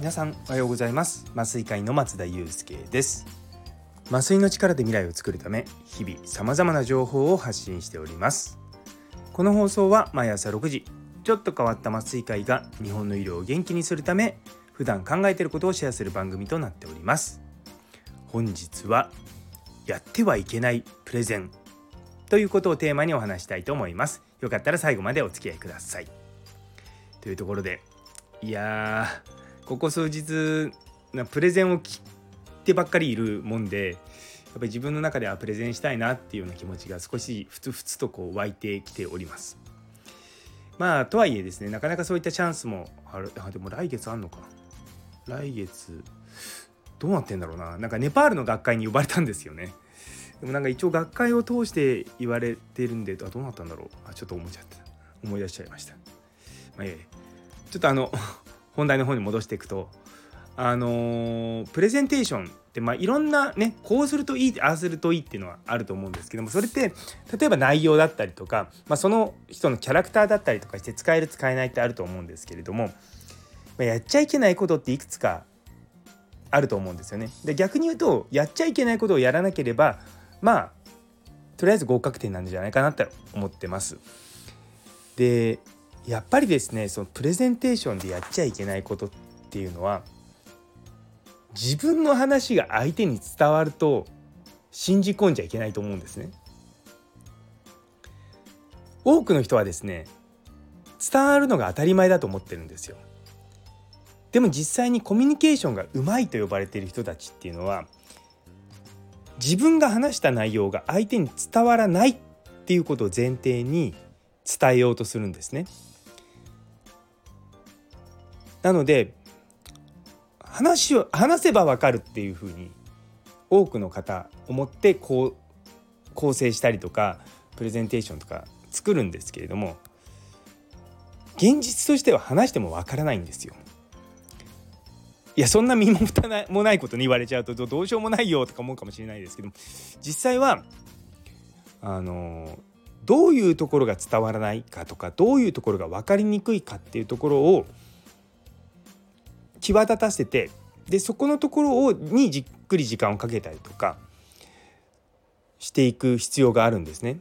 皆さんおはようございます。麻酔科医の松田祐介です。麻酔の力で未来を作るため、日々様々な情報を発信しております。この放送は毎朝6時、ちょっと変わった麻酔科医が日本の医療を元気にするため、普段考えていることをシェアする番組となっております。本日はやってはいけないプレゼンということをテーマにお話したいと思います。よかったら最後までお付き合いください。というところで、ここ数日プレゼンを聞いてばっかりいるもんで、やっぱり自分の中ではプレゼンしたいなっていうような気持ちが少しふつふつと湧いてきております。とはいえですね、なかなかそういったチャンスもある。でも来月あんのか。来月どうなってんだろうな。ネパールの学会に呼ばれたんですよね。でも一応学会を通して言われてるんで、どうなったんだろう。ちょっと思い出しちゃいました。ちょっと本題の方に戻していくと、プレゼンテーションっていろんなね、こうするといい、ああするといいっていうのはあると思うんですけども、それって例えば内容だったりとか、その人のキャラクターだったりとかして使える使えないってあると思うんですけれども、やっちゃいけないことっていくつかあると思うんですよね。で、逆に言うと、やっちゃいけないことをやらなければとりあえず合格点なんじゃないかなって思ってます。で、やっぱりですね、そのプレゼンテーションでやっちゃいけないことっていうのは、自分の話が相手に伝わると信じ込んじゃいけないと思うんですね。多くの人はですね、伝わるのが当たり前だと思ってるんですよ。でも実際にコミュニケーションがうまいと呼ばれている人たちっていうのは、自分が話した内容が相手に伝わらないっていうことを前提に伝えようとするんですね。なので、話せばわかるっていうふうに多くの方思って構成したりとかプレゼンテーションとか作るんですけれども、現実としては話してもわからないんですよ。そんな身も蓋もないことに言われちゃうとどうしようもないよとか思うかもしれないですけども、実際はどういうところが伝わらないかとか、どういうところが分かりにくいかっていうところを際立たせて、でそこのところにじっくり時間をかけたりとかしていく必要があるんですね。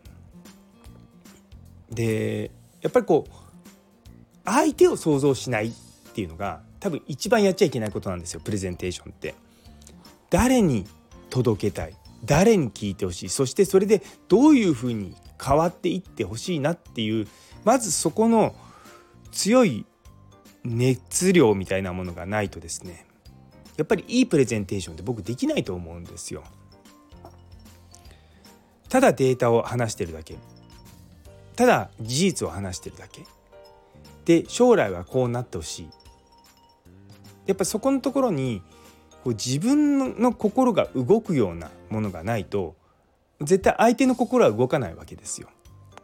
で、やっぱり相手を想像しないっていうのが多分一番やっちゃいけないことなんですよ。プレゼンテーションって、誰に届けたい、誰に聞いてほしい、そしてそれでどういうふうに変わっていってほしいなっていう、まずそこの強い熱量みたいなものがないとですね、やっぱりいいプレゼンテーションって僕できないと思うんですよ。ただデータを話してるだけ、ただ事実を話してるだけで、将来はこうなってほしい、やっぱそこのところに自分の心が動くようなものがないと、絶対相手の心は動かないわけですよ。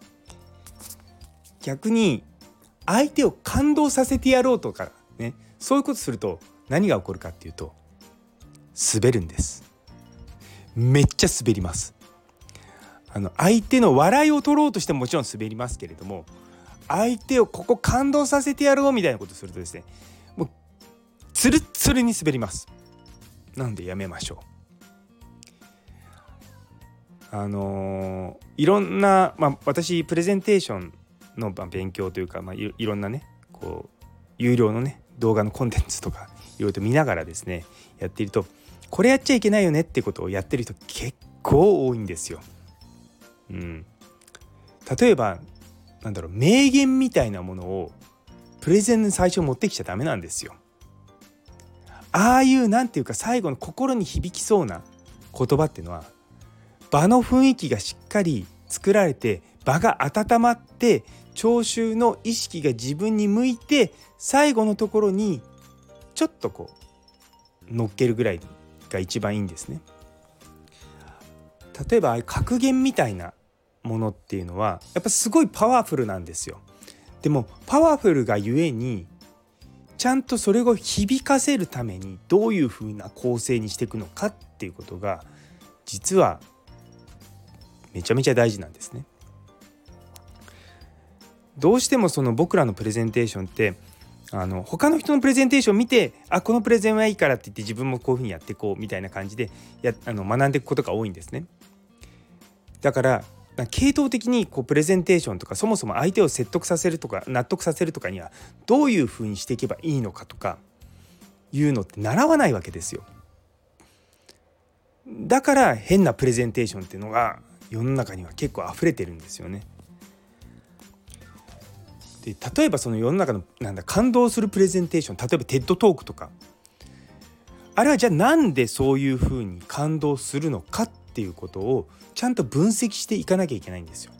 逆に相手を感動させてやろうとかね、そういうことすると何が起こるかっていうと、滑るんです。めっちゃ滑ります。相手の笑いを取ろうとしてももちろん滑りますけれども、相手を感動させてやろうみたいなことするとですね、もうツルッツルに滑ります。なのでやめましょう。いろんな、私プレゼンテーションの勉強というか、いろんなね、有料のね動画のコンテンツとかいろいろと見ながらですねやっていると、これやっちゃいけないよねってことをやってる人結構多いんですよ。例えば名言みたいなものをプレゼンに最初持ってきちゃダメなんですよ。ああいう最後の心に響きそうな言葉っていうのは、場の雰囲気がしっかり作られて、場が温まって聴衆の意識が自分に向いて、最後のところにちょっと乗っけるぐらいが一番いいんですね。例えば格言みたいなものっていうのはやっぱすごいパワフルなんですよ。でもパワフルがゆえに、ちゃんとそれを響かせるためにどういうふうな構成にしていくのかっていうことが実はめちゃめちゃ大事なんですね。どうしても僕らのプレゼンテーションって他の人のプレゼンテーション見て、このプレゼンはいいからって言って自分もこういう風にやっていこうみたいな感じで学んでいくことが多いんですね。だから系統的にプレゼンテーションとか、そもそも相手を説得させるとか納得させるとかにはどういう風にしていけばいいのかとかいうのって習わないわけですよ。だから変なプレゼンテーションっていうのが世の中には結構溢れてるんですよね。で例えばその世の中の感動するプレゼンテーション、例えばテッドトークとか、あれはじゃあなんでそういうふうに感動するのかっていうことをちゃんと分析していかなきゃいけないんですよ。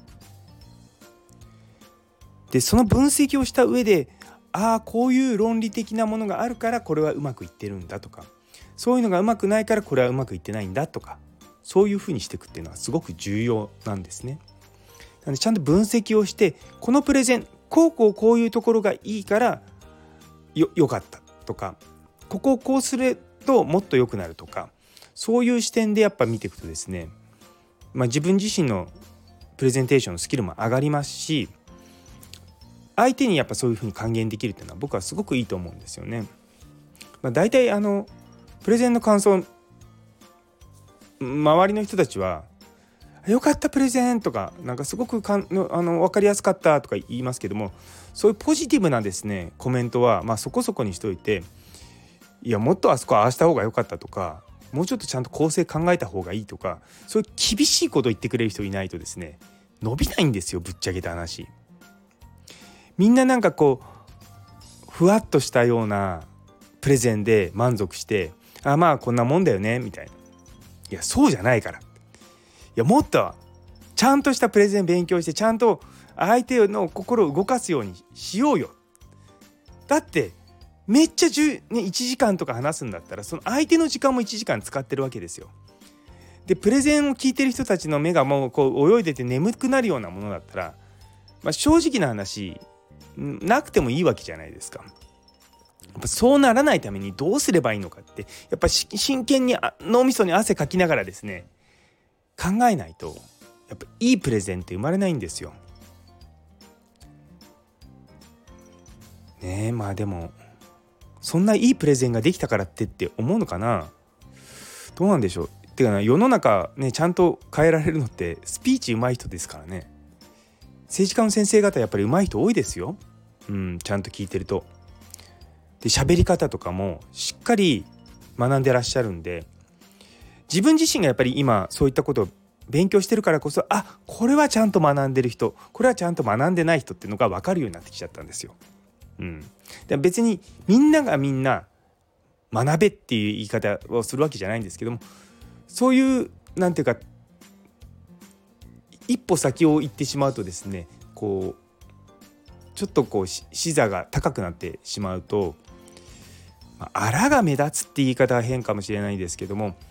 でその分析をした上で、こういう論理的なものがあるからこれはうまくいってるんだとか、そういうのがうまくないからこれはうまくいってないんだとか、そういうふうにしていくっていうのはすごく重要なんですね。なのでちゃんと分析をして、このプレゼンこういうところがいいからよかったとか、ここをこうするともっと良くなるとか、そういう視点でやっぱ見ていくとですね、自分自身のプレゼンテーションのスキルも上がりますし、相手にやっぱそういうふうに還元できるっていうのは僕はすごくいいと思うんですよね。だいたいプレゼンの感想、周りの人たちはよかったプレゼンとか、すごく分かりやすかったとか言いますけども、そういうポジティブなですねコメントはそこそこにしといて、いやもっとあそこはああした方が良かったとか、もうちょっとちゃんと構成考えた方がいいとか、そういう厳しいことを言ってくれる人いないとですね伸びないんですよ、ぶっちゃけた話。みんなふわっとしたようなプレゼンで満足して、こんなもんだよねみたいな。いやそうじゃないから、もっとちゃんとしたプレゼン勉強して、ちゃんと相手の心を動かすようにしようよ。だってめっちゃ1時間とか話すんだったら、その相手の時間も1時間使ってるわけですよ。でプレゼンを聞いてる人たちの目がもう泳いでて眠くなるようなものだったら、正直な話なくてもいいわけじゃないですか。やっぱそうならないためにどうすればいいのかって、やっぱ真剣に脳みそに汗かきながらですね考えないと、やっぱいいプレゼンって生まれないんですよね。でもそんないいプレゼンができたからって思うのかな。どうなんでしょう。てか世の中ね、ちゃんと変えられるのってスピーチ上手い人ですからね。政治家の先生方やっぱり上手い人多いですよ。ちゃんと聞いてると。で喋り方とかもしっかり学んでらっしゃるんで、自分自身がやっぱり今そういったことを勉強してるからこそ、これはちゃんと学んでる人、これはちゃんと学んでない人っていうのが分かるようになってきちゃったんですよ。で別にみんながみんな学べっていう言い方をするわけじゃないんですけども、そういうなんていうか一歩先を行ってしまうとですね、ちょっと視座が高くなってしまうと、あらが目立つって言い方は変かもしれないですけども、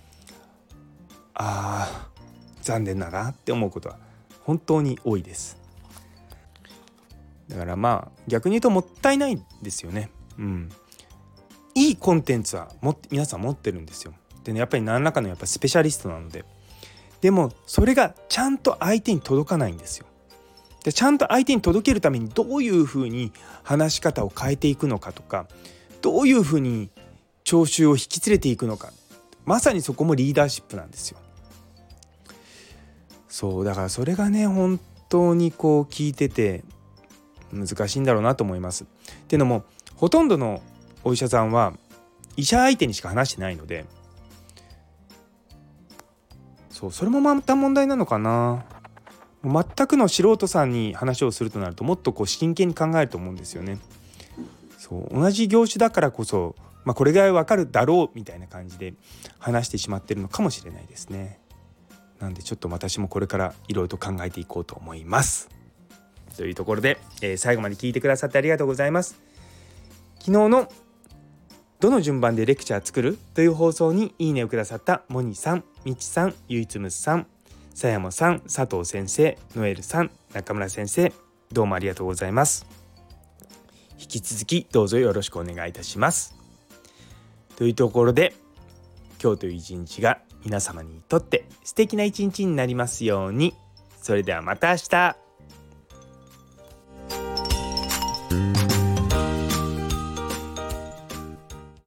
残念だなって思うことは本当に多いです。だから逆に言うともったいないんですよね。いいコンテンツは皆さん持ってるんですよ。でね、やっぱり何らかのスペシャリストなので。でもそれがちゃんと相手に届かないんですよ。でちゃんと相手に届けるためにどういうふうに話し方を変えていくのかとか、どういうふうに聴衆を引き連れていくのか、まさにそこもリーダーシップなんですよ。そうだからそれがね本当に聞いてて難しいんだろうなと思います。っていうのもほとんどのお医者さんは医者相手にしか話してないので、それもまた問題なのかな。全くの素人さんに話をするとなるともっと真剣に考えると思うんですよね。同じ業種だからこそ、これぐらいわかるだろうみたいな感じで話してしまってるのかもしれないですね。なんでちょっと私もこれからいろいろと考えていこうと思います。というところで、最後まで聞いてくださってありがとうございます。昨日のどの順番でレクチャー作るという放送にいいねをくださったモニさん、みちさん、ゆいつむさん、さやもさん、佐藤先生、ノエルさん、中村先生、どうもありがとうございます。引き続きどうぞよろしくお願いいたします。というところで、今日という一日が皆様にとって素敵な一日になりますように。それではまた明日。